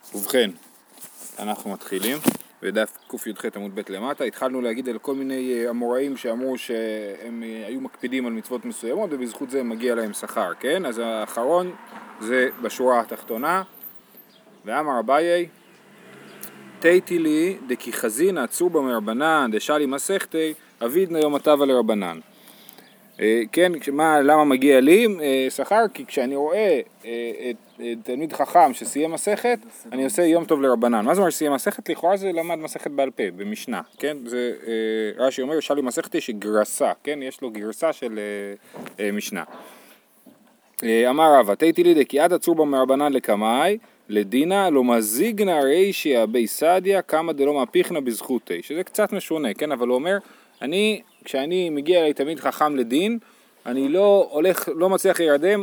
ובכן, אנחנו מתחילים, בדף קי"ח עמוד ב' למטה. התחלנו להגיד על כל מיני אמוראים שאמרו שהם היו מקפידים על מצוות מסוימות ובזכות זה מגיע להם שכר, כן? אז האחרון זה בשורה התחתונה. ואמר אביי, תיתי לי דקי חזינא צורבא מרבנן דשאלי מסכתי אבידנא יום הטבה לרבנן. כן, למה מגיע לי שכר? כי כשאני רואה תלמיד חכם שסיים מסכת, אני עושה יום טוב לרבנן. מה זאת אומרת שסיים מסכת? לכאורה זה למד מסכת בעל פה, במשנה, כן? זה רש"י אומר, שאלי מסכתי שגרסה, כן? יש לו גרסה של משנה. אמר רבא, תיתי לי דקי עדה צורבא מרבנן לקמאי, לדינה לא מזיגנא רישיא בי סדיא כמה דלא מהפיכנא בזכותי, שזה קצת משונה, כן? אבל הוא אומר, כשאני מגיע אליי תלמיד חכם לדין, אני לא מצליח להירדם.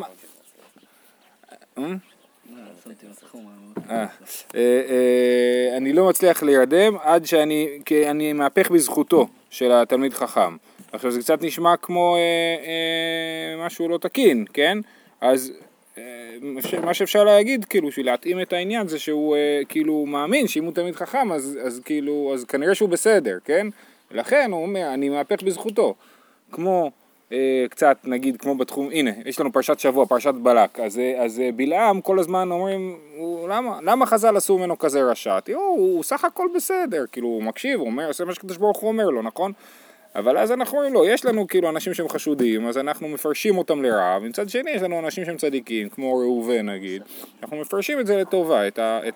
אני לא מצליח להירדם עד שאני מהפך בזכותו של התלמיד חכם. עכשיו זה קצת נשמע כמו משהו לא תקין, כן? אז מה שאפשר להגיד, כאילו, בשביל להתאים את העניין זה שהוא כאילו מאמין שאם הוא תלמיד חכם, אז כנראה שהוא בסדר, כן? לכן הוא אומר, אני מהפך בזכותו. כמו קצת, נגיד, כמו בתחום, הנה, יש לנו פרשת שבוע, פרשת בלק, אז בלעם כל הזמן אומרים, למה חז"ל עשו ממנו כזה רשע? הוא סך הכל בסדר, כאילו, הוא מקשיב, הוא אומר, עושה מה שקדוש ברוך הוא אומר לו, נכון? אבל אז אנחנו אומרים לו, יש לנו כאילו אנשים שהם חשודים, אז אנחנו מפרשים אותם לרעה, ומצד שני יש לנו אנשים שהם צדיקים, כמו ראובן נגיד, אנחנו מפרשים את זה לטובה,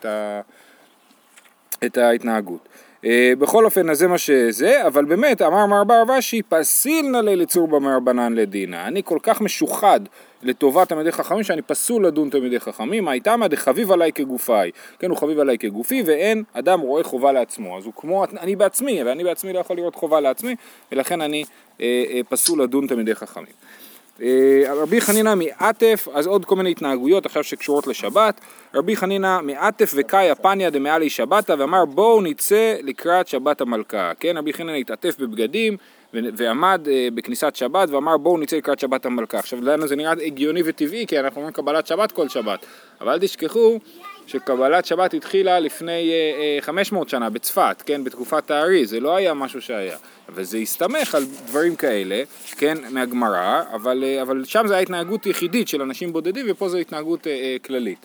את ההתנהגות. בכל אופן, אז זה מה שזה, אבל באמת, אמר מר בר אבשי, פסיל נא לי לצורבא מרבנן לדינה. אני כל כך משוחד לטובת תלמידי חכמים, שאני פסול לדון תלמידי חכמים, הייתמה דחביב עליי כגופיי. כן, הוא חביב עליי כגופי, ואין אדם רואה חובה לעצמו. אז הוא כמו אני בעצמי, ואני בעצמי לא יכול לראות חובה לעצמי, ולכן אני פסול לדון תלמידי חכמים. רבי חנינא מעטף, אז עוד כל מיני התנהגויות עכשיו שקשורות לשבת. רבי חנינא מעטף וקאי הפניה דמעלי שבתא, ואמר בואו נצא לקראת שבת המלכה. כן, רבי חנינא התעטף בבגדים ועמד בכניסת שבת ואמר בואו נצא לקראת שבת המלכה. עכשיו לנו זה נראה הגיוני וטבעי, כי אנחנו אומרים קבלת שבת כל שבת, אבל אל תשכחו שקבלת שבת התחילה לפני 500 שנה בצפת, כן, בתקופת האריז, זה לא היה משהו שהיה, אבל זה הסתמך על דברים כאלה, כן, מהגמרא, אבל שם זה היה התנהגות יחידית של אנשים בודדים, ופה זו התנהגות כללית.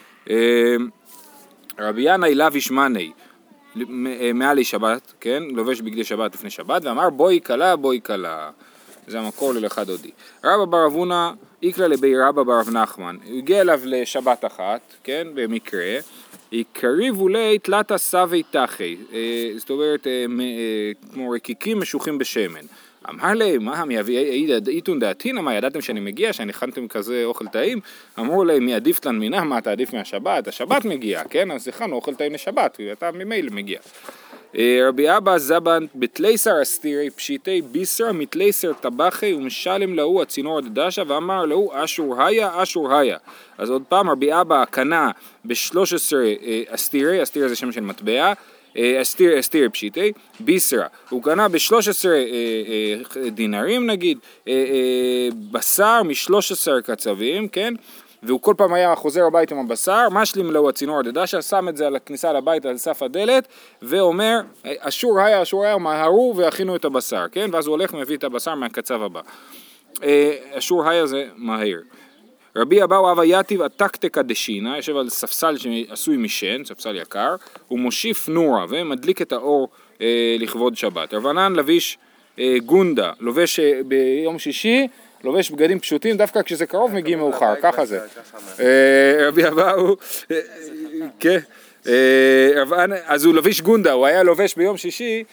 רבי ינאי לביש מני, מעלי שבת, כן, לובש בגדי שבת לפני שבת, ואמר בואי קלה, בואי קלה. זה המקור ללכה דודי. רבא בר אבונה איקלה לבי רבא בר רב נחמן, הוא הגיע אליו לשבת אחת, כן, במקרה, יקריבו לי תלתה סבי תחי, זאת אומרת, כמו רקיקים משוחים בשמן. אמר להם, מה איתון דעתינה, מה ידעתם שאני מגיע, שאני הכנתם כזה אוכל טעים? אמרו להם, מי עדיף תן מינה, מה אתה עדיף מהשבת? השבת מגיע, כן? אז הכנו אוכל טעים לשבת, ואתה ממילא מגיע. רבי אבא זבן בתלייסר אסתירי פשיטי ביסר מתלייסר טבחי ומשלם להוא הצינור דדשה ואמר להוא אשור היה אשור היה. אז עוד פעם רבי אבא קנה ב-13 אסתירי, אסתירי זה שם של מטבע, אסתירי פשיטי, ביסרה, הוא קנה ב-13 דינרים נגיד, בשר מ-13 קצבים, כן? והוא כל פעם היה חוזר הבית עם הבשר, משלים לו הצינור דדשה, שם את זה על הכניסה לבית על סף הדלת, ואומר, אשור היה, מהרו והכינו את הבשר, כן? ואז הוא הולך ומביא את הבשר מהקצב הבא. אשור היה זה מהר. רבי אבאו אבא יתיב עתקתקה דשינה, יושב על ספסל שעשוי משן, ספסל יקר, הוא מושיף נורה ומדליק את האור לכבוד שבת. רבנן לביש גונדה, לובש ביום שישי, לובש בגדים פשוטים, דווקא כשזה קרוב מגיעים מאוחר, ככה זה. רבי אבאו, כן, אז הוא לובש גונדה, הוא היה לובש ביום שישי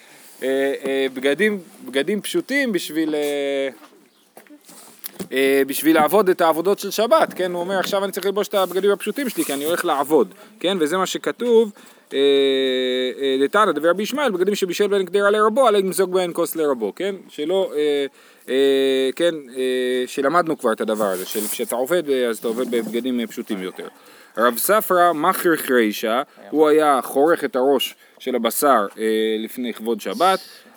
בגדים פשוטים בשביל לעבוד את העבודות של שבת, כן, הוא אומר עכשיו אני צריך ללבוש את הבגדים הפשוטים שלי כי אני הולך לעבוד, כן, וזה מה שכתוב לתנא דבר רבי ישמעאל, בגדים שבישל בין קדרה לרבו, עלי למזוג בין כוס לרבו, כן, שלא, כן, שלמדנו כבר את הדבר הזה, כשאתה עובד אז אתה עובד בבגדים פשוטים יותר. רב ספרא מחר חרישה, הוא היה חורך את הראש של הבשר לפני כבוד שבת,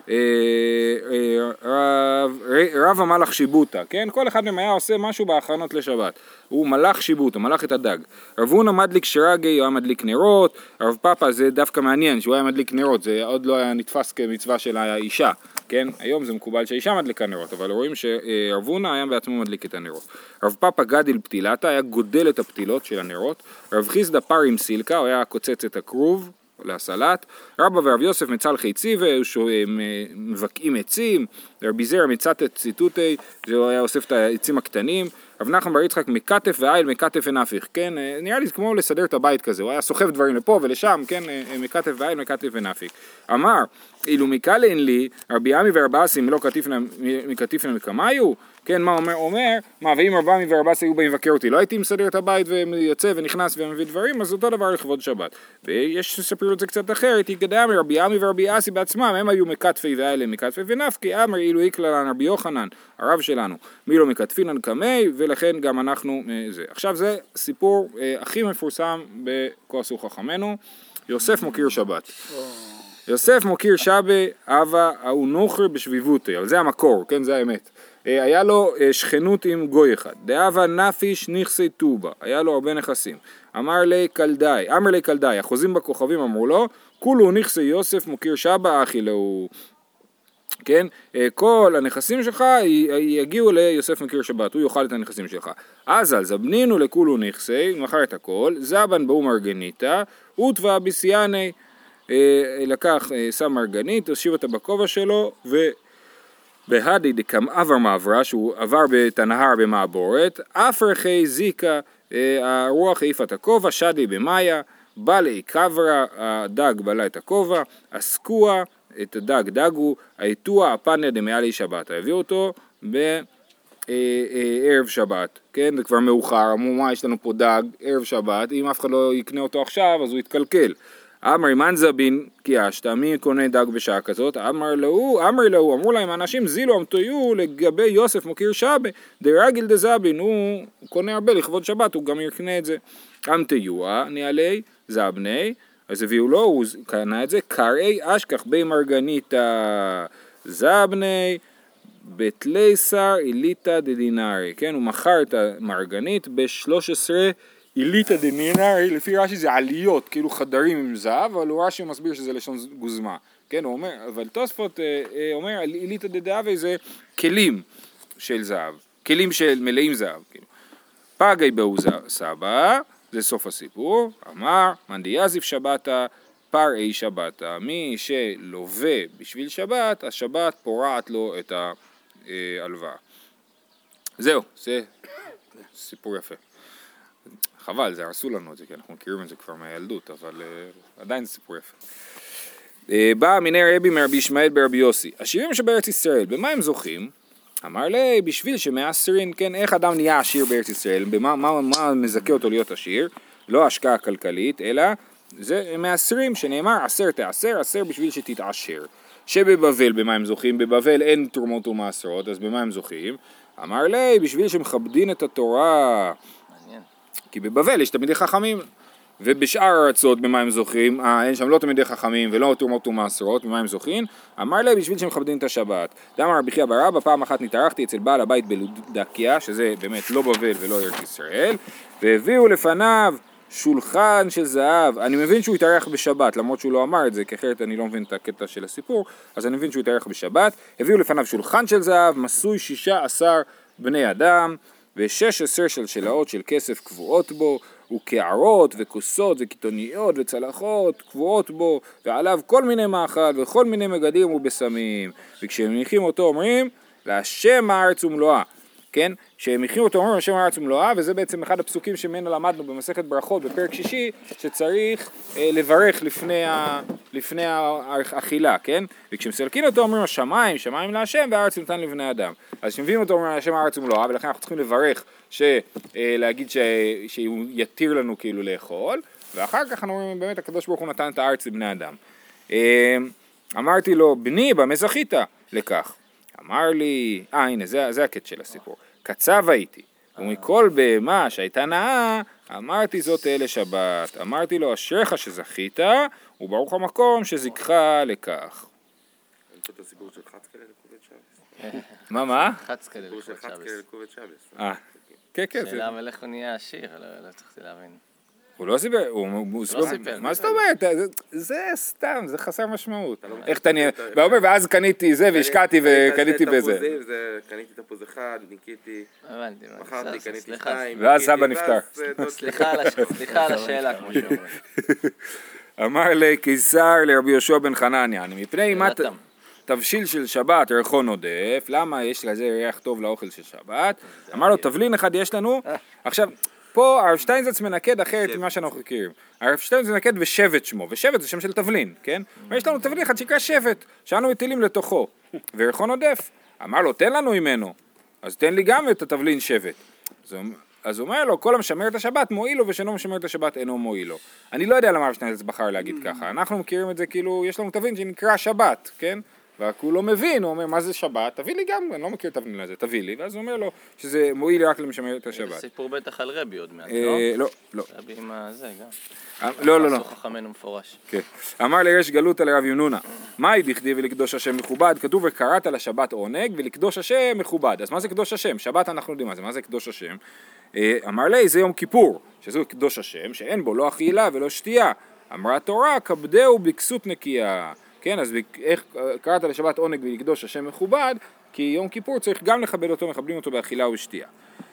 רב המלאך שיבוטה, כן? כל אחד מהם היה עושה משהו בהכנות לשבת. הוא מלאך שיבוטה, מלאך את הדג. רב הונא מדליק שרגי, הוא היה מדליק נרות. רב פאפא זה דווקא מעניין, שהוא היה מדליק נרות, זה עוד לא היה נתפס כמצווה של האישה, כן? היום זה מקובל שהאישה מדליקה נרות, אבל רואים שרב הונא היה בעצמו מדליק את הנרות. רב פאפא גדיל פתילתה, היה גודל את הפתילות של הנרות. רב חיסדא פר עם סילקה, הוא היה קוצץ את הכרוב לסלט. רבא ורב יוסף מצלחי ציווה, מבקעים עצים. רבי זרע מצטט ציטוטי, זה היה אוסף את העצים הקטנים. רב נחמן בר יצחק מקטף ועיל מקטף ונפיך, כן? נראה לי כמו לסדר את הבית כזה, הוא היה סוחב דברים לפה ולשם, כן? מקטף ועיל מקטף ונפיך. אמר, אילו מקלן לי, רבי עמי ורבא אסי מלא מקטיפנה מקמיו, כן, מה אומר, מה, ואם רבי עמי ורבא אסי היו באים לבקר אותי, לא הייתי מסדר את הבית ויוצא ונכנס ומביא דברים, אז אותו דבר לכבוד שבת. ויש שספרו את זה קצת אחרת, יגדה אמר, רבי עמי ורבי אסי בעצמם, הם היו מקטפי ועיל מקטפי ונפקי, אמר אילו יקללן רבי יוחנן, הרב שלנו, מי לא מקטפינן קמי, ולכן גם אנחנו זה. עכשיו זה סיפור הכי מפורסם בכועסו חכמנו, יוסף מוקיר שבת. יוסף מוקיר שבי אבא הוא נוחר בשביבותי, אבל זה המקור, כן, זה האמת. היה לו שכנות עם גוי אחד, דאבה נפיש נכסי טובה, היה לו הרבה נכסים. אמר לי קלדאי, החוזים בכוכבים אמרו לו, כולו נכסי יוסף מוקיר שבה אחי לו. כן, כל הנכסים שלך יגיעו ליוסף מוקיר שבת, הוא יאכל את הנכסים שלך. אז זבנינו לכולו נכסי, מחר את הכל, זבן באו מרגניתה, ותווה ביסייני, לקח שם מרגנית, הושיב אותה בכובע שלו, ובהדי דקם עבר מעברה, שהוא עבר את הנהר במעבורת, אפרחי זיקה, הרוח העיף את הכובע, שדי במאיה, בא להיקברה, הדג בלה את הכובע, עסקוה, את הדג דגו, היתוע הפניה דמעלי שבת, הביאו אותו בערב שבת, כן, זה כבר מאוחר, אמרו מה יש לנו פה דג, ערב שבת, אם אף אחד לא יקנה אותו עכשיו אז הוא יתקלקל. אמר מן זבין כי אשתה, מי קונה דג בשעה כזאת? אמר לו, אמרו להם אנשים זילו אמתויו לגבי יוסף מוקיר שבה, דרגיל דזבין, הוא קונה הרבה לכבוד שבת, הוא גם יקנה את זה. אמתיוה נעלי זבני, אז הביאו לו, הוא קנה את זה, קראי אשכח בי מרגניתה זבני, בתליסר איליטה דדינרי, כן, הוא מכר את המרגנית ב-13 איליטה דדינרי, לפי רש"י זה עליות, כאילו חדרים עם זהב, אבל הוא רש"י מסביר שזה לשון גוזמה, כן, הוא אומר, אבל תוספות אומר, איליטה דדאבי זה כלים של זהב, כלים של מלאים זהב, כאילו. פגי באו סבא, זה סוף הסיפור, אמר, מנדיאזיף שבתה, פרעי שבתה, מי שלווה בשביל שבת, השבת פורעת לו את ההלוואה. זהו, זה סיפור יפה. חבל, זה הרסו לנו את זה, כי אנחנו מכירים את זה כבר מהילדות, אבל עדיין זה סיפור יפה. בא מיני רבי מרבי ישמעאל ברבי יוסי, עשירים שבארץ ישראל, במה הם זוכים? אמר לי, בשביל שמעשירים, כן, איך אדם נהיה עשיר בארץ ישראל, מה מזכה אותו להיות עשיר? לא השקעה כלכלית, אלא זה מעשרים שנאמר, עשר תעשר, עשר בשביל שתתעשר. שבבבל, במה הם זוכים? בבבל אין תרומות ומעשרות, אז במה הם זוכים? אמר לי, בשביל שמכבדים את התורה, כי בבבל יש תלמידי חכמים, ובשאר הארצות במה הם זוכים, אין שם לא תלמידי חכמים ולא תרומות ומעשרות, במה הם זוכים? אמר להם בשביל שמכבדים את השבת. דאמר רבי חייא בר אבא, פעם אחת נתארחתי אצל בעל הבית בלודקיה, שזה באמת לא בבל ולא ארץ ישראל, והביאו לפניו שולחן של זהב. אני מבין שהוא התארח בשבת, למרות שהוא לא אמר את זה, כי אחרת אני לא מבין את הקטע של הסיפור, אז אני מבין שהוא התארח בשבת. הביאו לפניו שולחן של זהב, מסוי 16 בני אדם, ו16 שלשלאות של כסף קבועות בו, וקערות וכוסות וקיתוניות וצלחות קבועות בו, ועליו כל מיני מאכל וכל מיני מגדים ובשמים. וכשהם מניחים אותו אומרים, להשם הארץ ומלואה. כן? כשהם מניחים אותו אומרים, להשם הארץ ומלואה, וזה בעצם אחד הפסוקים שמנו למדנו במסכת ברכות בפרק 6, שצריך לברך לפני האכילה, כן? וכשמסלקין אותו אומרים, השמיים, שמיים להשם, והארץ נתן לבני אדם. אז כשמביאים אותו אומרים, להשם הארץ ומלואה, ולכן אנחנו צריכים לברך, להגיד שהוא יתיר לנו כאילו לאכול, ואחר כך אנחנו אומרים, באמת הקדוש ברוך הוא נתן את הארץ לבני אדם. אמרתי לו, בני, במה זכית לכך? אמר לי, הנה, זה הקטע של הסיפור. קצב הייתי, ומכל בהמה שהייתה נאה, אמרתי זאת אלה שבת. אמרתי לו, אשריך שזכית, וברוך המקום שזכך לכך. את הסיפור של חצקלה לקובת שבס. מה? חצקלה הסיפור של לקובת חצקלה שבס. לקובת שבס. כן. שאלה אבל איך הוא נהיה עשיר, לא הצלחתי להבין. הוא לא סיפר, הוא סיפר. מה זאת אומרת? זה סתם, זה חסר משמעות. איך אתה נהיה, ואומר, ואז קניתי זה והשקעתי וקניתי בזה. קניתי תפוז אחד, ניקיתי, הבנתי. מכרתי, קניתי 2. ואז סבא נפטר. סליחה על השאלה, כמו שאומרים. אמר לקיסר לרבי יהושע בן חנניה, מפני מה תבשיל של שבת ריחון עודף, למה יש לזה ריח טוב לאוכל של שבת? אמר לו, תבלין אחד יש לנו. עכשיו, פה הרב שטיינזלץ מנקד אחרת ממה שאנחנו מכירים. הרב שטיינזלץ מנקד ושבט שמו, ושבט זה שם של תבלין, כן? ויש לנו תבלין אחד שנקרא שבט, שאנו מטילים לתוכו, וריחון עודף. אמר לו, תן לנו ממנו, אז תן לי גם את התבלין שבט. אז הוא אומר לו, כל המשמר את השבת מועיל לו, ושאינו משמר את השבת אינו מועיל לו. אני לא יודע למה הרב שטיינזלץ בחר להגיד ככה, אנחנו מכירים את זה כאילו, יש לנו תבלין שנקרא שבת, כן? רק הוא לא מבין, הוא אומר, מה זה שבת? תביא לי גם, אני לא מכיר את התבלין הזה, תביא לי, ואז הוא אומר לו שזה מועיל לי רק למשמר את השבת. סיפור בטח על רבי עוד מעט, לא? לא. רבי עם זה גם. לא. עשו חכמנו מפורש. כן. אמר לרש גלותא לרב יונונה, מהי דכתיב ולקדוש השם מכובד? כתוב וקראת לשבת עונג ולקדוש השם מכובד. אז מה זה קדוש השם? שבת אנחנו יודעים מה זה קדוש השם? אמר לי, זה יום כיפור, שזהו קדוש השם, שאין בו לא אכילה ולא שתייה. אמרה התורה, כבדהו בכסות נקייה. כן, אז איך קראת לשבת עונג ולקדוש השם מכובד? כי יום כיפור צריך גם לכבד אותו, מכבדים אותו באכילה ושתייה.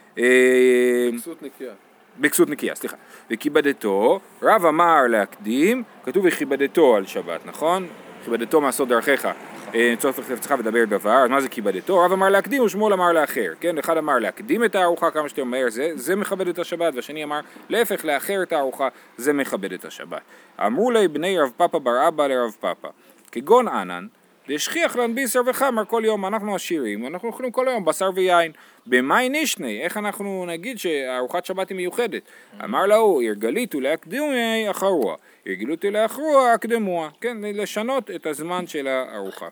בכסות נקייה, סליחה. וכיבדתו, רב אמר להקדים, כתוב וכיבדתו על שבת, נכון? כיבדתו מעשות דרכיך, צורך חפצך ודבר דבר, אז מה זה כיבדתו? רב אמר להקדים ושמואל אמר לאחר, כן? אחד אמר להקדים את הארוחה כמה שאתה אומר, זה מכבד את השבת, והשני אמר להפך לאחר את הארוחה, זה מכבד את השבת. אמרו לי בני רב פאפה בר אבא לרב פאפה, כגון ענן, להשכיח להנביס בשר וחמר כל יום, אנחנו עשירים, אנחנו אוכלים כל היום בשר ויין. במאי נשני, איך אנחנו נגיד שהארוחת שבת היא מיוחדת? אמר לו, הרגליתו להקדימי אחרוע, הרגליתו לאחרוע הקדמוה, כן, לשנות את הזמן של הארוחה.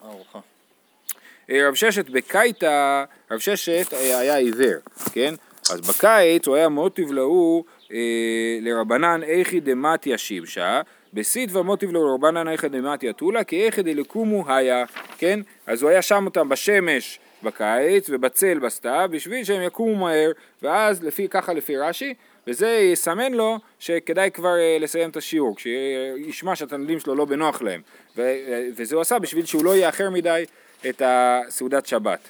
רב ששת בקיץ, רב ששת היה עיוור, כן? אז בקיץ הוא היה מוטיב לו לרבנן איכי דמתיה שיבשה, בסיט ומוטיב לו לרבנן איכי דמתיה תולה, כי איכי דלקומו היה, כן? אז הוא היה שם אותם בשמש בקיץ ובצל בסתיו, בשביל שהם יקומו מהר, ואז ככה לפי רש"י, וזה יסמן לו שכדאי כבר לסיים את השיעור, כשישמע שהתלמידים שלו לא בנוח להם, וזה הוא עשה בשביל שהוא לא יאחר מדי את הסעודת שבת.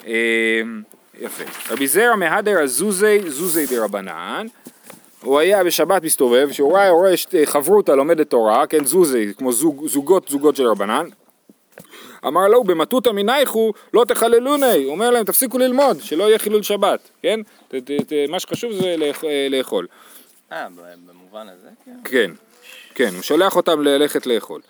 יפה. רבי זרע מהדר זוזי דרבנן, הוא היה בשבת מסתובב, שהוא רואה חברותא לומדת תורה, כן, זוזי, כמו זוגות של רבנן, אמר לו, במטותא מנייכו לא תחללוני, הוא אומר להם, תפסיקו ללמוד, שלא יהיה חילול שבת, כן? מה שחשוב זה לאכול. במובן הזה? כן, הוא שולח אותם ללכת לאכול.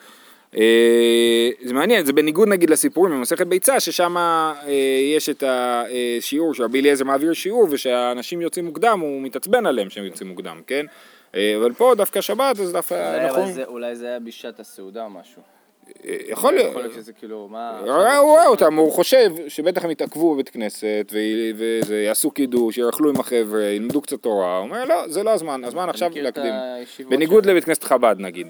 זה מעניין, זה בניגוד נגיד לסיפורים במסכת ביצה, ששם יש את השיעור, שרבי אליעזר מעביר שיעור, ושהאנשים יוצאים מוקדם, הוא מתעצבן עליהם שהם יוצאים מוקדם, כן? אבל פה דווקא שבת, אז דווקא נכון. אולי זה היה בשעת הסעודה או משהו. יכול להיות. יכול להיות שזה כאילו, מה... הוא רואה אותם, הוא חושב שבטח הם יתעכבו בבית כנסת, ויעשו קידוש, יאכלו עם החבר'ה, ילמדו קצת תורה, הוא אומר, לא, זה לא הזמן, הזמן עכשיו להקדים. בניגוד לבית כנסת חב"ד נגיד.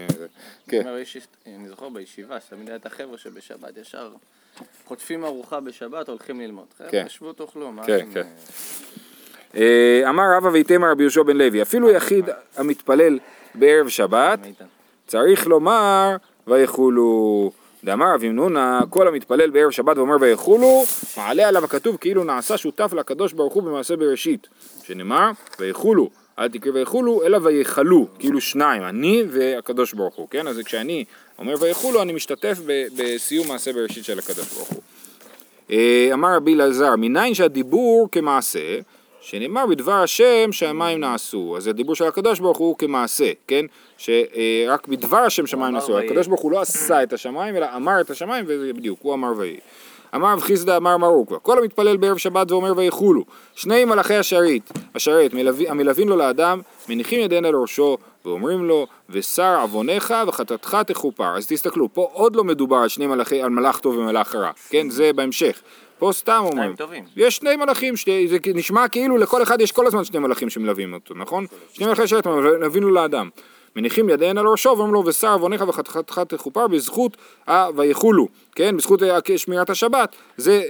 אני זוכר בישיבה, שתמיד היה את החבר'ה שבשבת, ישר חוטפים ארוחה בשבת, הולכים ללמוד. חבר'ה, ישבו תאכלו, מה אתם... אמר רבא ואיתמר רבי יהושע בן לוי, אפילו יחיד המתפלל בערב שבת, צריך לומר ויחולו. דאמר רבי מנונה, כל המתפלל בערב שבת ואומר ויחולו, מעלה עליו הכתוב כאילו נעשה שותף לקדוש ברוך הוא במעשה בראשית, שנאמר ויחולו, אל תקרא ויחולו אלא ויחלו, כאילו שניים, אני והקדוש ברוך הוא, כן? אז כשאני אומר ויחולו אני משתתף בסיום מעשה בראשית של הקדוש ברוך הוא. אמר רבי אלעזר, מניין שהדיבור כמעשה, שנאמר בדבר השם שהמים נעשו, אז הדיבור של הקדוש ברוך הוא כמעשה, כן? שרק בדבר השם שהמים נעשו, הקדוש ברוך הוא לא עשה את השמיים, אלא אמר את השמיים, וזה בדיוק, הוא אמר ויהי. אמר רב חיסדא אמר מרוקווה, כל המתפלל בערב שבת ואומר ויחולו, שני מלאכי השרת, המלווין לו לאדם, מניחים ידיהם על ראשו, ואומרים לו, ושר עווניך וחטאתך תכופר. אז תסתכלו, פה עוד לא מדובר על שני מלאכי, על מלאך טוב ומלאך רע, כן? זה בהמשך. פה סתם אומרים, יש שני מלאכים, זה נשמע כאילו לכל אחד יש כל הזמן שני מלאכים שמלווים אותו, נכון? שני מלאכי השרת מלווים לו לאדם. מניחים ידיהן על ראשו, ואומרים לו, ושר עוונך וחתיכת תכופר בזכות ויחולו, כן, בזכות שמירת השבת, זה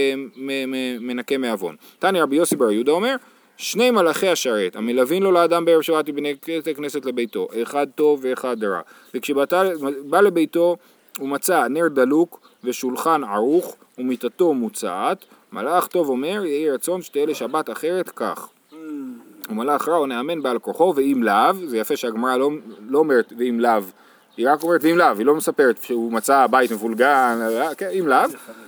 מנקה מעוון. תני רבי יוסי בר יהודה אומר, שני מלאכי השרת, המלווין לו לאדם בערב שבת מבני הכנסת לביתו, אחד טוב ואחד רע. וכשבא לביתו, הוא מצא נר דלוק ושולחן ערוך ומיטתו מוצעת, מלאך טוב אומר, יהי רצון שתהיה לשבת אחרת כך. ומלאך רע עונה אמן בעל כוחו, ואם לאו, זה יפה שהגמרא לא אומרת ואם לאו, היא רק אומרת ואם לאו, היא לא מספרת שהוא מצא בית מפולגן, אם לאו.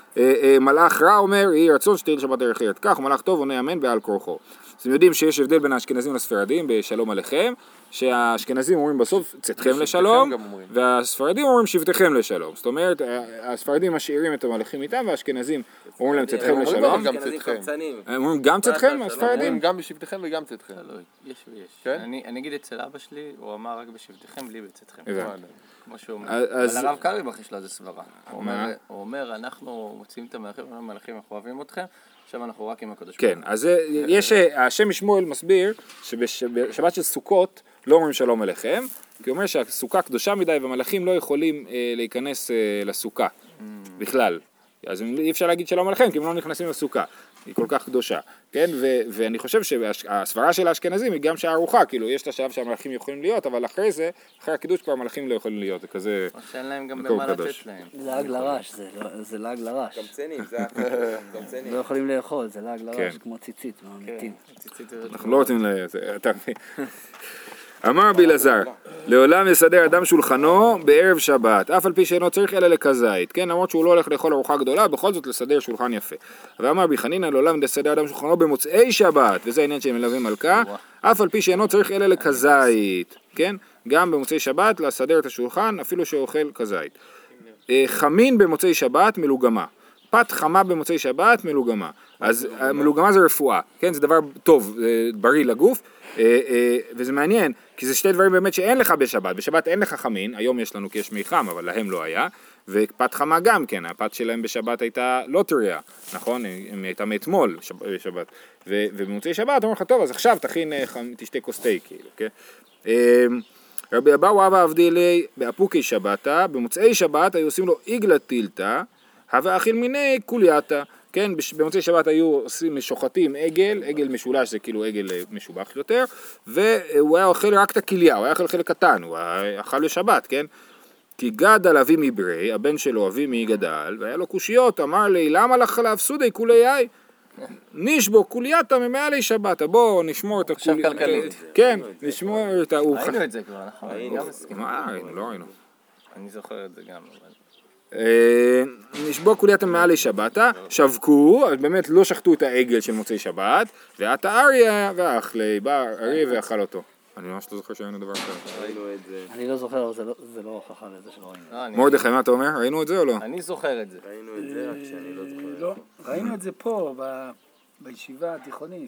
מלאך רע אומר, יהי רצון שתהיה לשבת אחרת כך, ומלאך טוב עונה אמן בעל כוחו. אז אתם יודעים שיש הבדל בין האשכנזים לספרדים בשלום עליכם, שהאשכנזים אומרים בסוף צאתכם לשלום, והספרדים אומרים שבתכם לשלום. זאת אומרת, הספרדים משאירים את המלאכים איתם, והאשכנזים אומרים להם צאתכם לשלום. הם אומרים גם צאתכם, הספרדים? גם בשבתכם וגם צאתכם. יש ויש. אני אגיד אצל אבא שלי, הוא אמר רק בשבתכם, בלי בצאתכם. כמו שהוא אומר. אבל הרב קרליבך יש לו איזה סברה. הוא אומר, אנחנו מוצאים את המלאכים, אנחנו אוהבים אתכם, עכשיו אנחנו רק עם הקדוש. כן, אז יש, השם משמואל מסביר שבשבת של סוכות לא אומרים שלום עליכם, כי הוא אומר שהסוכה קדושה מדי והמלאכים לא יכולים להיכנס לסוכה בכלל. אז אי אפשר להגיד שלום עליכם, כי הם לא נכנסים לסוכה, היא כל כך קדושה, כן? ואני חושב שהסברה של האשכנזים היא גם שהארוחה, כאילו יש את השלב שהמלאכים יכולים להיות, אבל אחרי זה, אחרי הקידוש כבר המלאכים לא יכולים להיות, זה כזה... או שאין להם גם במה לתת להם. לעג לרש, זה לעג לרש. קמצנים, זה קמצנים. לא יכולים לאכול, זה לעג לרש, כמו ציצית, מהמיתים. אנחנו לא רוצים אתה מבין. אמר רבי אלעזר, לעולם יסדר אדם שולחנו בערב שבת, אף על פי שאינו צריך אלא לכזית, כן, למרות שהוא לא הולך לאכול ארוחה גדולה, בכל זאת לסדר שולחן יפה. ואמר רבי חנינא, לעולם יסדר אדם שולחנו במוצאי שבת, וזה העניין של מלווה מלכה, אף על פי שאינו צריך אלא לכזית, כן, גם במוצאי שבת לסדר את השולחן, אפילו שאוכל כזית. חמין במוצאי שבת מלוגמה, פת חמה במוצאי שבת מלוגמה, אז מלוגמה זה רפואה, כן, זה דבר טוב, בריא לגוף, וזה מעניין, כי זה שתי דברים באמת שאין לך בשבת, בשבת אין לך חמין, היום יש לנו כי יש מי חם, אבל להם לא היה, ופת חמה גם כן, הפת שלהם בשבת הייתה לא טריה, נכון, היא הייתה מאתמול בשבת, ובמוצאי שבת אומרים לך, טוב, אז עכשיו תשתה כוס תה, כאילו, כן? רבי אבאו אבא עבדי לי באפוקי שבתה, במוצאי שבת היו עושים לו איגלה טילתא, הווה אכיל מיני קולייתא, כן, במוצאי שבת היו עושים שוחטים עגל משולש, זה כאילו עגל משובח יותר, והוא היה אוכל רק את הכליה, הוא היה אוכל חלק קטן, הוא אכל לשבת, כן? כי גדל אבי מברי, הבן שלו אבי מי גדל, והיה לו קושיות, אמר לי, למה לך להפסודי קולייי? נשבו קולייתא ממעלי שבת, בוא נשמור את הקולייתא. עכשיו כלכלית. כן, נשמור את ראינו את זה כבר, נכון? מה ראינו? לא ראינו. אני זוכר את זה גם, אבל... נשבו קולייתא מעלי שבתא, שבקו, אז באמת לא שחטו את העגל של מוצאי שבת, ועתה אריה ואכלי, בא אריה ואכל אותו. אני ממש לא זוכר שראינו דבר כזה. ראינו את זה. אני לא זוכר, זה לא הוכחה לזה שלא ראינו. מרדכי, מה אתה אומר? ראינו את זה או לא? אני זוכר את זה. ראינו את זה, רק שאני לא זוכר. לא, ראינו את זה פה, בישיבה התיכונית.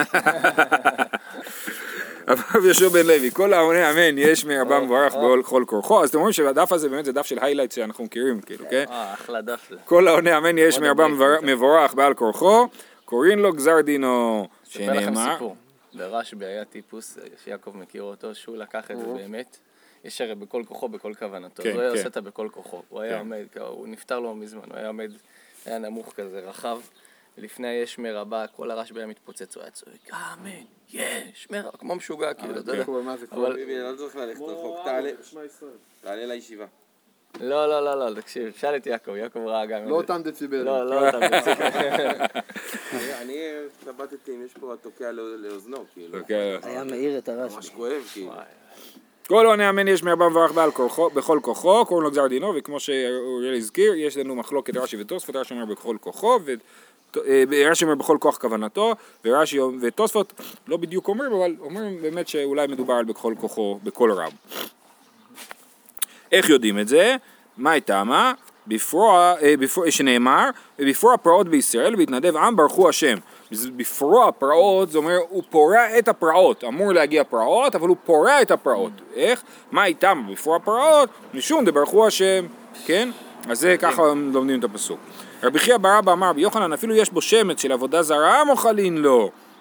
הרב יהושע בן לוי, כל העונה אמן יש מרבה מבורך בכל כורחו, אז אתם אומרים שהדף הזה באמת זה דף של היילייט שאנחנו מכירים, כאילו, כן? אחלה דף זה. כל העונה אמן יש מרבה מבורך בעל כורחו, קוראים לו גזר דינו, שנאמר. אספר לכם סיפור, ברשב"י היה טיפוס, שיעקב מכיר אותו, שהוא לקח את זה באמת, יש הרי בכל כוחו, בכל כוונתו, אז הוא היה עושה את בכל כוחו, הוא היה עומד, הוא נפטר לו מזמן, הוא היה עומד, היה נמוך כזה, רחב, לפני יש מרבה, כל הרשב"י היה מתפוצץ, הוא היה צועק, אמן, יש מרבה, כמו משוגע, כאילו, אתה יודע. אבל ביבי, אני לא צריך ללכת רחוק, תעלה לישיבה. לא, תקשיב, שאל את יעקב ראה גם... לא אותם דציבלים. לא אותם דציבלים. אני התלבטתי אם יש פה התוקע לאוזנו, כאילו. היה מאיר את הרשב"י. ממש כואב, כאילו. כל עונה אמן יש מרבה מבורך בכל כוחו, קוראים לו גזר דינו, וכמו שאוריאל הזכיר, יש לנו מחלוקת רש"י ותוספות, רש"י אומר בכל כוחו, רש"י אומר בכל כוח כוונתו, ורש"י ותוספות לא בדיוק אומרים, אבל אומרים באמת שאולי מדובר על בכל כוחו, בכל רב. איך יודעים את זה? מה הייתה מה? שנאמר, בפרוע הפרעות בישראל, בהתנדב עם ברכו השם. בפרוע הפרעות, זה אומר, הוא פורע את הפרעות, אמור להגיע פרעות, אבל הוא פורע את הפרעות. איך? מה הייתה מה? בפרוע הפרעות, משום דברכו השם, כן? אז זה ככה לומדים את הפסוק. רבי חייא בר אבא אמר, ביוחנן אפילו יש בו שמץ של עבודה זרה, מוכלין לו.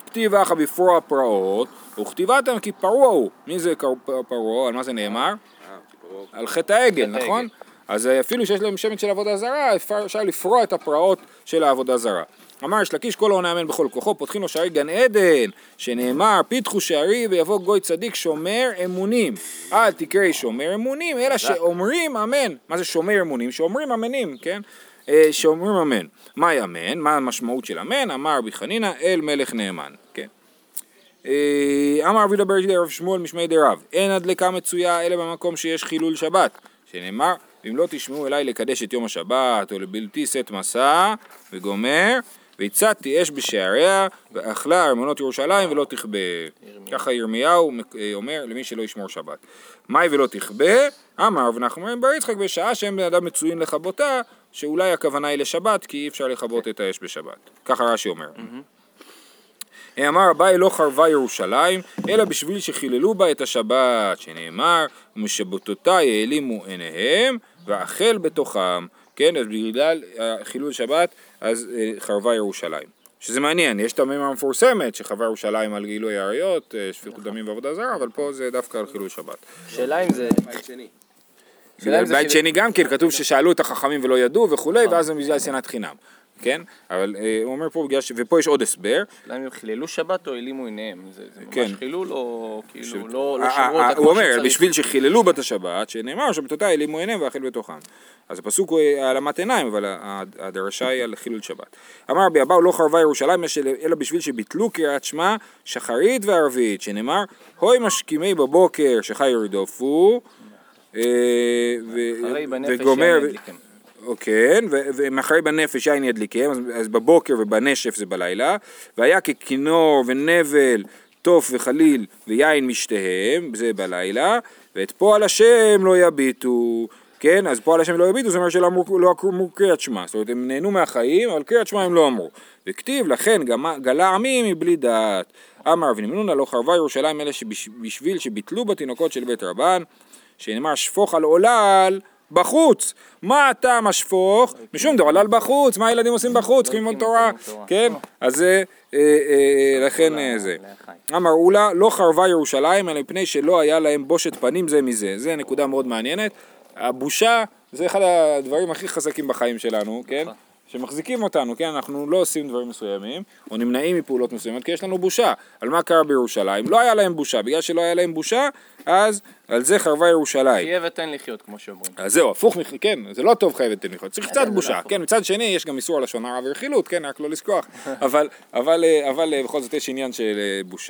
כתיב אחא בפרוע פרעות, וכתיבתם כי פרוע הוא. מי זה פרוע? על מה זה נאמר? על חטא העגל, נכון? אז אפילו שיש להם שמן של עבודה זרה, אפשר לפרוע את הפרעות של העבודה זרה. אמר יש לקיש כל העונה אמן בכל כוחו, פותחים לו שערי גן עדן, שנאמר פיתחו שערי ויבוא גוי צדיק שומר אמונים. אל תקראי שומר אמונים, אלא שאומרים אמן. מה זה שומר אמונים? שאומרים אמנים, כן? שאומרים אמן. מהי אמן? מה המשמעות של אמן? אמר רבי חנינא אל מלך נאמן, כן? אמר רבי דבר רב שמואל משמעי דרב, אין הדלקה מצויה אלא במקום שיש חילול שבת, שנאמר אם לא תשמעו אליי לקדש את יום השבת או לבלתי שאת מסע וגומר והצעתי אש בשעריה ואכלה ארמונות ירושלים ולא תכבה. ככה ירמיהו אומר למי שלא ישמור שבת. מאי ולא תכבה? אמר רב נחמן בר יצחק בשעה שהם בן אדם מצויים לכבותה, שאולי הכוונה היא לשבת כי אי אפשר לכבות את האש בשבת. ככה רש"י אומר. אמר אביי לא חרבה ירושלים אלא בשביל שחיללו בה את השבת, שנאמר ומשבתותיי העלימו עיניהם ואכל בתוכם. כן, אז בגלל חילול שבת אז חרבה ירושלים. שזה מעניין, יש את המימה המפורסמת שחרבה ירושלים על גילוי עריות, שפיכות דמים ועבודה זרה, אבל פה זה דווקא על חילול שבת. שאלה אם זה בית שני. בית שני גם כן, כתוב ששאלו את החכמים ולא ידעו וכולי, ואז הם בגלל שנאת חינם. כן? אבל הוא אומר פה, ופה יש עוד הסבר. למה הם חיללו שבת או העלימו עיניהם? זה כן. ממש חילול או כאילו לא שברו אותה הוא אומר, בשביל שחיללו בת השבת, שנאמר שבתותה העלימו עיניהם ואכל בתוכם. אז הפסוק הוא העלמת עיניים, אבל הדרשה היא על חילול שבת. אמר רבי אבאו לא חרבה ירושלים אלא בשביל שביטלו קריאת שמע שחרית וערבית, שנאמר הוי משכימי בבוקר שחי ירדופו וגומר כן, ומאחרי בנפש יין ידליקם, אז בבוקר ובנשף זה בלילה, והיה ככינור ונבל, תוף וחליל ויין משתיהם, זה בלילה, ואת פועל השם לא יביטו, כן, אז פועל השם לא יביטו, זאת אומרת שלא אמרו קריאת שמע, זאת אומרת הם נהנו מהחיים, אבל קריאת שמע הם לא אמרו, וכתיב לכן גלה עמי מבלי דעת, אמר ונמנונה לא חרבה ירושלים אלה שבשביל שביטלו בתינוקות של בית רבן, שנאמר שפוך על עולל, בחוץ, מה אתה משפוך? משום דעולל בחוץ, מה הילדים עושים בחוץ? צריכים ללמוד תורה, כן? אז זה, לכן זה. אמר אולה, לא חרבה ירושלים, אלא מפני שלא היה להם בושת פנים זה מזה. זה נקודה מאוד מעניינת. הבושה זה אחד הדברים הכי חזקים בחיים שלנו, כן? שמחזיקים אותנו, כן? אנחנו לא עושים דברים מסוימים, או נמנעים מפעולות מסוימות, כי יש לנו בושה. על מה קרה בירושלים? לא היה להם בושה. בגלל שלא היה להם בושה, אז על זה חרבה ירושלים. חיה ותן לחיות, כמו שאומרים. אז זהו, הפוך, כן, זה לא טוב חיה ותן לחיות. צריך קצת בושה, כן? מצד שני, יש גם איסור על לשון הרע ורכילות, כן? רק לא לשכוח. אבל בכל זאת יש עניין של בושה.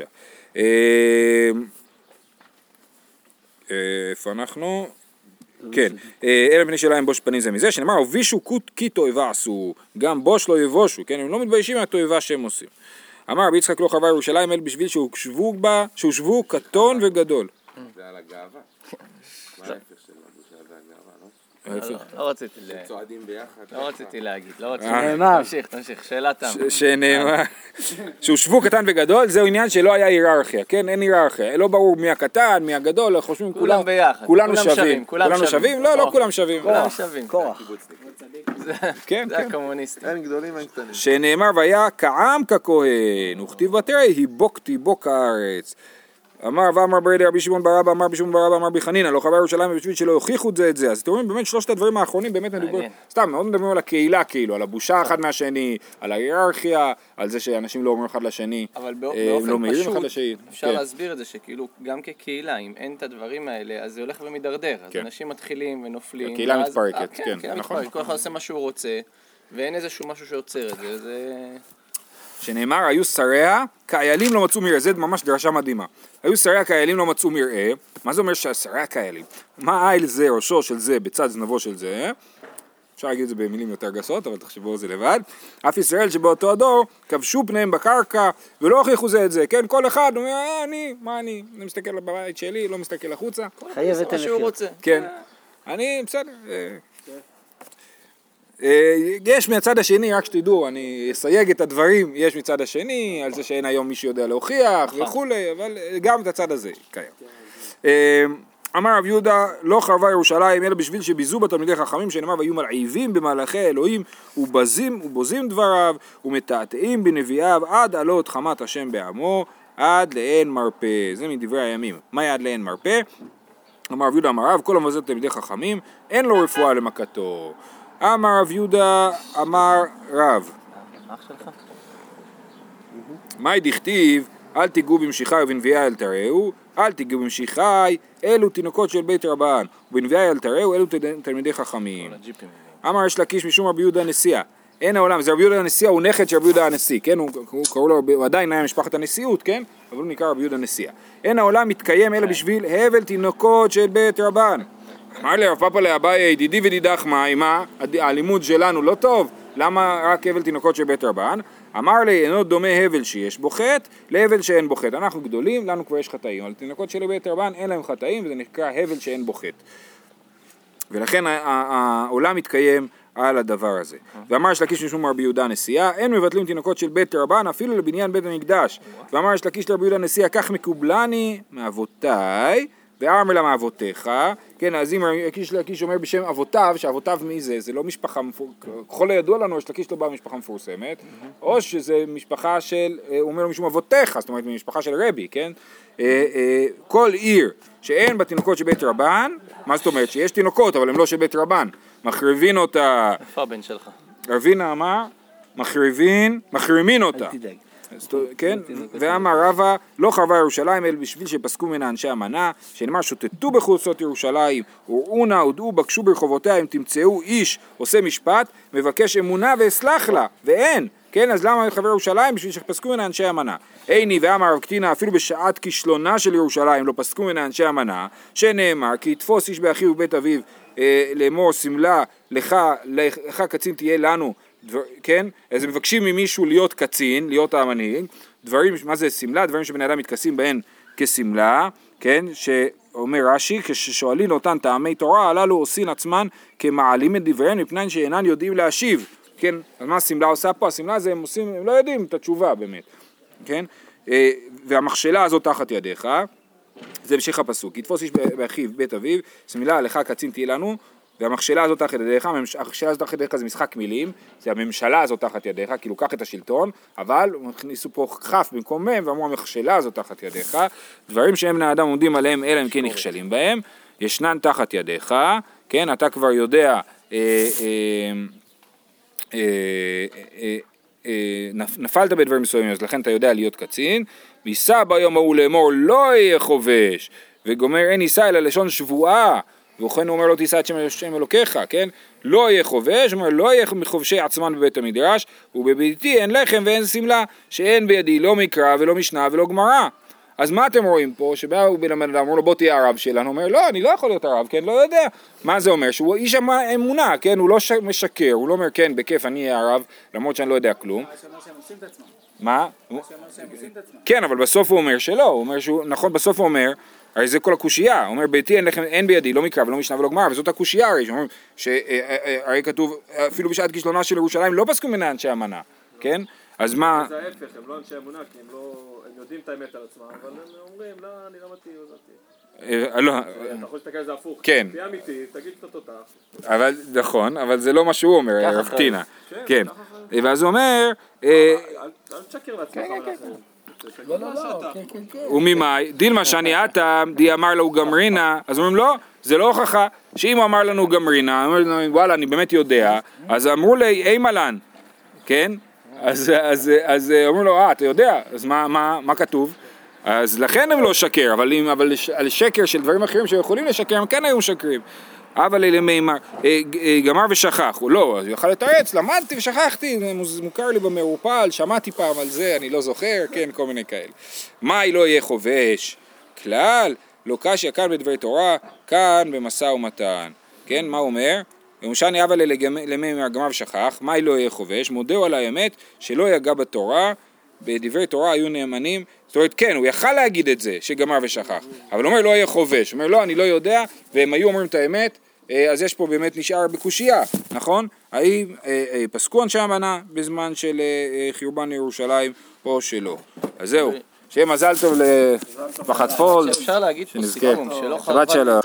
איפה אנחנו? כן, אלא בני שלהם בוש פנים זה מזה, שנאמר, הובישו כי תועבה עשו, גם בוש לא יבושו, כן, הם לא מתביישים מהתועבה שהם עושים. אמר רבי יצחק לא חרבה ירושלים, אלא בשביל שהושבו קטון וגדול. זה על הגאווה. מה ההפך של הבושה והגאווה, לא? לא רציתי צועדים ביחד. לא רציתי להגיד, תמשיך, שאלה תם. שנאמר, שהושבו קטן וגדול, זהו עניין שלא היה היררכיה, כן, אין היררכיה, לא ברור מי הקטן, מי הגדול, חושבים כולם ביחד, כולנו שווים, כולנו שווים, לא כולם שווים, כולם שווים, כוח, זה הקומוניסטים, אין גדולים אין קטנים, שנאמר והיה כעם ככהן, וכתיב בתרי היבוקתי בוק הארץ, אמר ואמר רבי שמעון בר אבא, אמר רבי שמעון בר אבא, אמר רבי חנינא, לא חרבה ירושלים בשביל שלא הוכיחו את זה, אז אתם רואים באמת שלושת הדברים האחרונים באמת מדברים, סתם מאוד מדברים על הקהילה כאילו, על הבושה אחד מהשני, על ההיררכיה, על זה שאנשים לא אומרים אחד לשני, אבל באופן פשוט אפשר להסביר את זה שכאילו גם כקהילה, אם אין את הדברים האלה, אז זה הולך ומדרדר, אז אנשים מתחילים ונופלים, הקהילה מתפרקת, כן, נכון, כל אחד עושה מה שהוא רוצה, ואין איזשהו משהו שעוצר את זה, זה... שנאמר, היו שריה, כאיילים לא מצאו מרעה, זה ממש דרשה מדהימה. היו שריה, כאיילים לא מצאו מרעה, מה זה אומר שהשריה כאיילים? מה האיל זה, ראשו של זה, בצד זנבו של זה? אפשר להגיד את זה במילים יותר גסות, אבל תחשבו על זה לבד. אף ישראל שבאותו הדור, כבשו פניהם בקרקע, ולא הוכיחו זה את זה, כן? כל אחד אומר, אני מסתכל בבית שלי, לא מסתכל החוצה. חייבת לחיות. כן. אני, בסדר. יש מהצד השני, רק שתדעו, אני אסייג את הדברים, יש מצד השני, על זה שאין היום מי שיודע להוכיח וכולי, אבל גם את הצד הזה קיים. אמר רב יהודה, לא חרבה ירושלים אלא בשביל שביזו בתלמידי חכמים, שנאמר והיו מלעיבים במהלכי אלוהים ובוזים דבריו ומתעתעים בנביאיו עד עלות חמת השם בעמו עד לאין מרפא. זה מדברי הימים. מה עד לאין מרפא? אמר רב יהודה אמר רב, כל המבזה תלמידי חכמים אין לו רפואה למכתו. אמר רב יהודה אמר רב, מאי דכתיב אל תיגעו במשיחי ובנביאי אל תראו, אל תיגעו במשיחי אלו תינוקות של בית רבן ובנביאי אל תראו אלו תלמידי חכמים. אמר יש לקיש משום רבי יהודה הנשיאה, אין העולם, זה רבי יהודה הנשיאה, הוא נכד של רבי יהודה הנשיא, כן? הוא קראו לו, הוא עדיין היה משפחת הנשיאות, כן? אבל הוא נקרא רבי יהודה הנשיאה. אין העולם מתקיים אלא בשביל הבל תינוקות של בית רבן. אמר לי רב פאפא לאביי ידידי ודידך מה, הלימוד שלנו לא טוב, למה רק הבל תינוקות של בית רבן? אמר לי אינו דומה הבל שיש בו חטא להבל שאין בו חטא. אנחנו גדולים, לנו כבר יש חטאים, אבל תינוקות של בית רבן אין להם חטאים וזה נקרא הבל שאין בו חטא. ולכן העולם מתקיים על הדבר הזה. ואמר יש לקיש משום רבי יהודה הנשיאה, אין מבטלים תינוקות של בית רבן אפילו לבניין בית המקדש. ואמר יש לקיש לרבי יהודה הנשיאה, כך מקובלני מאבותיי ואמר לה מאבותיך, כן, אז אם יש לקיש אומר בשם אבותיו, שאבותיו מי זה? זה לא משפחה, ככל הידוע לנו יש לקיש לא בא משפחה מפורסמת, או שזה משפחה של, הוא אומר לו משום אבותיך, זאת אומרת משפחה של רבי, כן? כל עיר שאין בה תינוקות של בית רבן, מה זאת אומרת? שיש תינוקות אבל הם לא של בית רבן, מחריבין אותה. איפה הבן שלך? רבינה אמר, מחרימין אותה. אל תדאג. כן, ואמר רבא לא חרבה ירושלים אלא בשביל שפסקו מן אנשי המנה, שנאמר שוטטו בחוצות ירושלים וראו נא ודעו בקשו ברחובותיה אם תמצאו איש עושה משפט מבקש אמונה ואסלח לה ואין, כן, אז למה חרבה ירושלים? בשביל שפסקו מן אנשי המנה. איני ואמר רב קטינה אפילו בשעת כישלונה של ירושלים לא פסקו מן אנשי המנה, שנאמר כי יתפוס איש באחיו ובית אביו לאמור סמלה לך קצין תהיה לנו, כן? אז הם מבקשים ממישהו להיות קצין, להיות המנהיג, דברים, מה זה סמלה? דברים שבני אדם מתכסים בהן כסמלה, כן? שאומר רש"י, כששואלים אותן טעמי תורה, הללו עושים עצמן כמעלים את דבריהם מפני שאינן יודעים להשיב, כן? אז מה הסמלה עושה פה? הסמלה זה הם עושים, הם לא יודעים את התשובה באמת, כן? והמכשלה הזאת תחת ידיך, זה המשך הפסוק, יתפוס איש באחיו בית אביו, סמלה לך קצין תהיה לנו, והמכשלה הזאת תחת ידיך, המכשלה הזאת תחת ידיך זה משחק מילים, זה הממשלה הזאת תחת ידיך, כאילו קח את השלטון, אבל הכניסו פה כף במקום מהם, ואמרו המכשלה הזאת תחת ידיך, דברים שהם בני אדם עומדים עליהם, אלא הם כן נכשלים בהם, ישנן תחת ידיך, כן, אתה כבר יודע, נפלת בדברים מסוימים, אז לכן אתה יודע להיות קצין, ויסע ביום ההוא לאמור לא יהיה חובש, וגומר אין יישא אלא לשון שבועה, וכן הוא אומר לא תישא את שם אלוקיך, כן? לא יהיה חובש, הוא אומר לא יהיה מחובשי עצמן בבית המדרש, ובביתי אין לחם ואין סמלה, שאין בידי לא מקרא ולא משנה ולא גמרא. אז מה אתם רואים פה? שבאו בן אדם, אמרו לו בוא תהיה הרב שלנו, הוא אומר לא, אני לא יכול להיות הרב, כן? לא יודע. מה זה אומר? שהוא איש אמונה, כן? הוא לא משקר, הוא לא אומר כן, בכיף אני אהיה הרב, למרות שאני לא יודע כלום. מה? כן, אבל בסוף הוא אומר שלא, הוא אומר שהוא, נכון, בסוף הוא אומר, הרי זה כל הקושייה, הוא אומר ביתי אין בידי, לא מקרא ולא משנה ולא גמרא, וזאת הקושייה הרי, שאומרים, הרי כתוב, אפילו בשעת כישלונה של ירושלים לא פסקו מן אנשי המנה, כן? אז מה? זה ההפך, הם לא אנשי אמונה, כי הם יודעים את האמת על עצמם, אבל הם אומרים, לא, אני לא מתאים, אתה יכול להסתכל על זה הפוך, כן. תהיה אמיתי, תגיד שאתה תותח. אבל, נכון, אבל זה לא מה שהוא אומר, רב קטינה, כן. ואז הוא אומר, אל תשקר לעצמך ולאחרים. לא, כן. וממאי, דילמה שאני עתם, די אמר לו גמרינה, אז אומרים לא, זה לא הוכחה, שאם הוא אמר לנו גמרינה, וואלה אני באמת יודע, אז אמרו לי אימלן, כן? אז אומרים לו, אתה יודע, אז מה כתוב? אז לכן הם לא שקר, אבל על שקר של דברים אחרים שיכולים לשקר, הם כן היו משקרים. אבל אלה מימר, גמר ושכח, הוא לא, אז הוא יוכל לתרץ, למדתי ושכחתי, זה מוכר לי במרופל, שמעתי פעם על זה, אני לא זוכר, כן, כל מיני כאלה. מה לא יהיה חובש? כלל, לא קשיא כאן בדברי תורה, כאן במשא ומתן. כן, מה הוא אומר? ומשני אבל למימר גמר ושכח, מה לא יהיה חובש? מודהו על האמת שלא יגע בתורה, בדברי תורה היו נאמנים, זאת אומרת כן, הוא יכל להגיד את זה, שגמר ושכח, אבל הוא אומר לא יהיה חובש, הוא אומר לא, אני לא יודע, והם היו אומרים את האמת, אז יש פה באמת נשאר בקושייה, נכון? האם פסקו אנשי המנה בזמן של חורבן ירושלים או שלא? אז זהו, שיהיה מזל טוב לפחת פול, אפשר להגיד פה סיכום שלא שבת שלום.